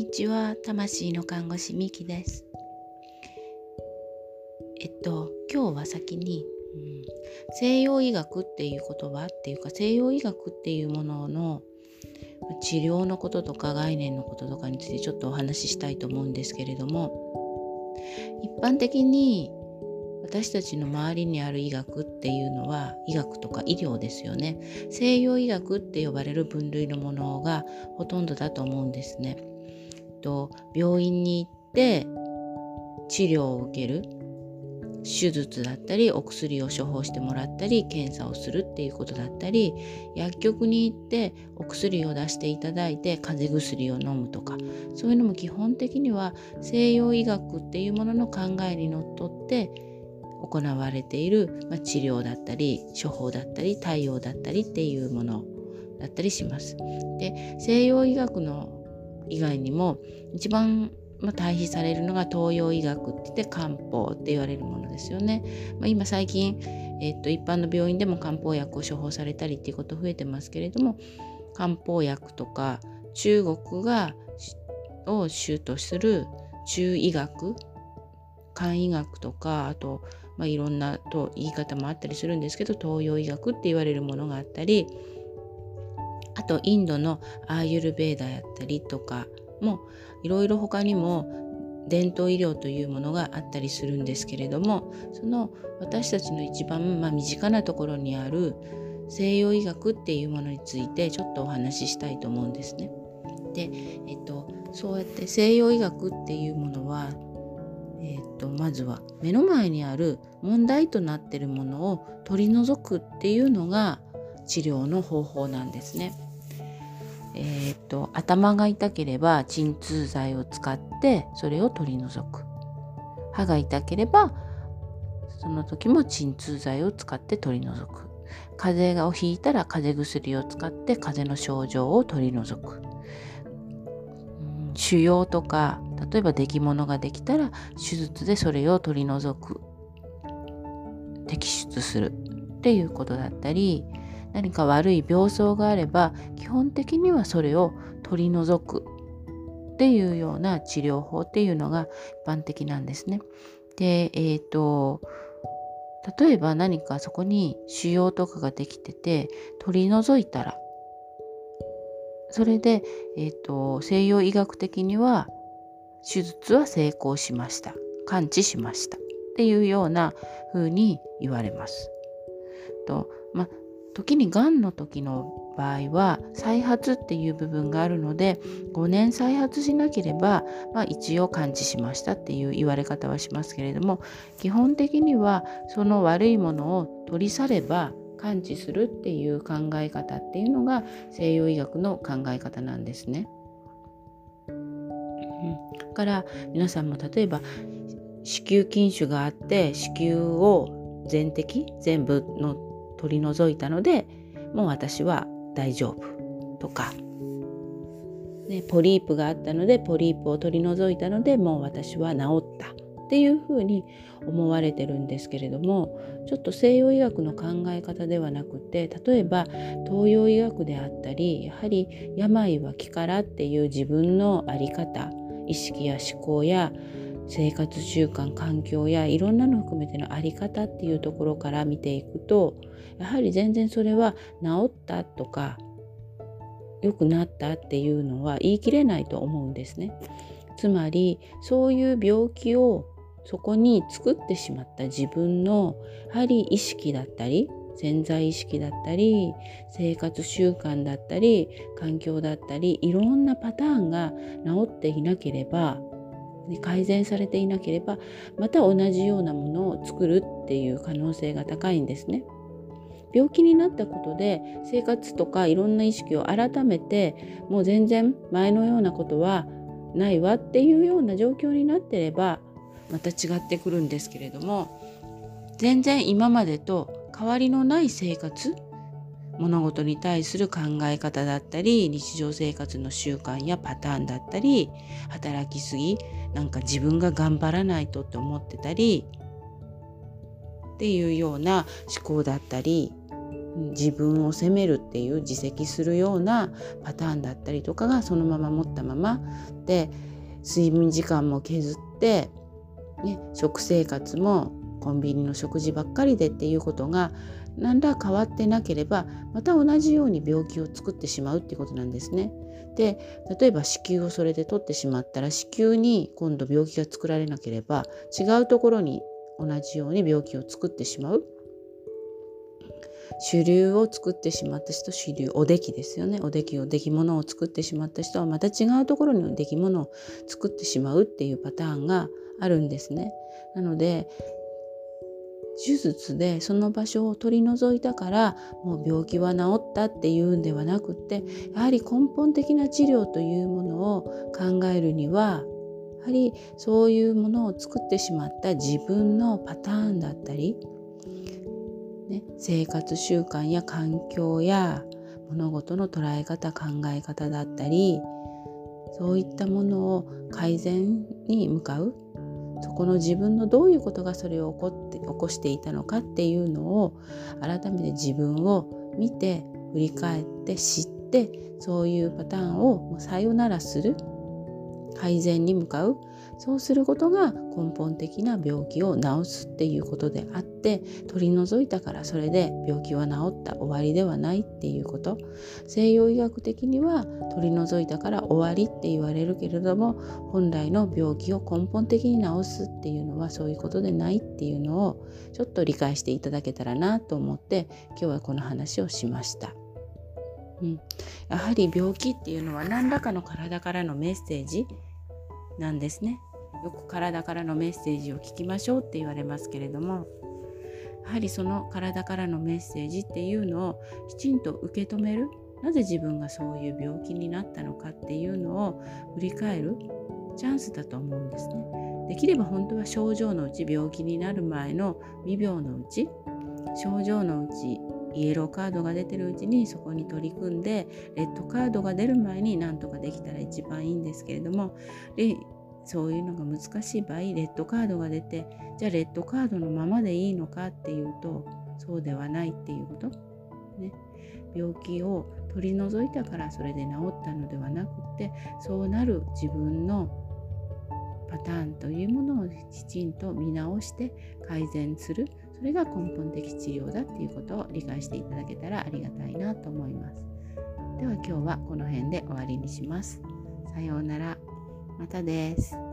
にちは、魂の看護師みきです。今日は先に、西洋医学っていう言葉っていうか、西洋医学っていうものの治療のこととか概念のこととかについてちょっとお話ししたいと思うんですけれども、一般的に私たちの周りにある医学っていうのは医学とか医療ですよね。西洋医学って呼ばれる分類のものがほとんどだと思うんですね。病院に行って治療を受ける、手術だったりお薬を処方してもらったり検査をするっていうことだったり、薬局に行ってお薬を出していただいて風邪薬を飲むとか、そういうのも基本的には西洋医学っていうものの考えにのっとって行われている、治療だったり処方だったり対応だったりっていうものだったりします。で、西洋医学の以外にも一番対比されるのが東洋医学って言って漢方って言われるものですよね。今最近、一般の病院でも漢方薬を処方されたりっていうこと増えてますけれども、漢方薬とか中国を主とする中医学、漢医学とか、あと、いろんな言い方もあったりするんですけど、東洋医学って言われるものがあったり、あとインドのアーユルヴェーダやったりとかもいろいろ他にも伝統医療というものがあったりするんですけれども、その私たちの一番身近なところにある西洋医学っていうものについてちょっとお話ししたいと思うんですね。で、そうやって西洋医学っていうものは、まずは目の前にある問題となっているものを取り除くっていうのが治療の方法なんですね。頭が痛ければ鎮痛剤を使ってそれを取り除く。歯が痛ければその時も鎮痛剤を使って取り除く。風邪をひいたら風邪薬を使って風邪の症状を取り除く。腫瘍とか例えば出来物ができたら手術でそれを取り除く、摘出するっていうことだったり、何か悪い病巣があれば基本的にはそれを取り除くっていうような治療法っていうのが一般的なんですね。で、例えば何かそこに腫瘍とかができてて取り除いたら、それで、西洋医学的には手術は成功しました、完治しましたっていうような風に言われます。時にがんの時の場合は再発っていう部分があるので、5年再発しなければ、一応完治しましたっていう言われ方はしますけれども、基本的にはその悪いものを取り去れば完治するっていう考え方っていうのが西洋医学の考え方なんですね。だから皆さんも例えば子宮筋腫があって子宮を全部の取り除いたのでもう私は大丈夫とか、ポリープがあったのでポリープを取り除いたのでもう私は治ったっていうふうに思われてるんですけれども、ちょっと西洋医学の考え方ではなくて、例えば東洋医学であったり、やはり病は気からっていう自分の在り方、意識や思考や生活習慣、環境やいろんなの含めての在り方っていうところから見ていくと、やはり全然それは治ったとか良くなったっていうのは言い切れないと思うんですね。つまりそういう病気をそこに作ってしまった自分のやはり意識だったり潜在意識だったり生活習慣だったり環境だったりいろんなパターンが治っていなければ、改善されていなければまた同じようなものを作るっていう可能性が高いんですね。病気になったことで生活とかいろんな意識を改めてもう全然前のようなことはないわっていうような状況になってればまた違ってくるんですけれども、全然今までと変わりのない生活、物事に対する考え方だったり日常生活の習慣やパターンだったり、働きすぎ、自分が頑張らないとって思ってたりっていうような思考だったり、 自分を責めるっていう自責するようなパターンだったりとかがそのまま持ったままで、睡眠時間も削って、食生活もコンビニの食事ばっかりでっていうことが何ら変わってなければ、また同じように病気を作ってしまうっていうことなんですね。で、例えば子宮をそれで取ってしまったら、子宮に今度病気が作られなければ違うところに同じように病気を作ってしまう。腫瘤を作ってしまった人、腫瘤、おできですよね。おでき物を作ってしまった人はまた違うところにでき物を作ってしまうっていうパターンがあるんですね。なので手術でその場所を取り除いたからもう病気は治ったっていうんではなくって、やはり根本的な治療というものを考えるには、やはりそういうものを作ってしまった自分のパターンだったり、生活習慣や環境や物事の捉え方、考え方だったり、そういったものを改善に向かう、そこの自分のどういうことがそれを起こしていたのかっていうのを改めて自分を見て振り返って知って、そういうパターンをさよならする、改善に向かう、そうすることが根本的な病気を治すっていうことであって、取り除いたからそれで病気は治った終わりではないっていうこと。西洋医学的には取り除いたから終わりって言われるけれども、本来の病気を根本的に治すっていうのはそういうことでないっていうのをちょっと理解していただけたらなと思って今日はこの話をしました。やはり病気っていうのは何らかの体からのメッセージなんですね。よく体からのメッセージを聞きましょうって言われますけれども、やはりその体からのメッセージっていうのをきちんと受け止める、なぜ自分がそういう病気になったのかっていうのを振り返るチャンスだと思うんですね。できれば本当は症状のうち、病気になる前の未病のうち、症状のうちイエローカードが出てるうちにそこに取り組んで、レッドカードが出る前に何とかできたら一番いいんですけれども、そういうのが難しい場合、レッドカードが出て、じゃあレッドカードのままでいいのかっていうと、そうではないっていうこと、病気を取り除いたからそれで治ったのではなくて、そうなる自分のパターンというものをきちんと見直して改善する、それが根本的治療だっていうことを理解していただけたらありがたいなと思います。では今日はこの辺で終わりにします。さようなら。またです。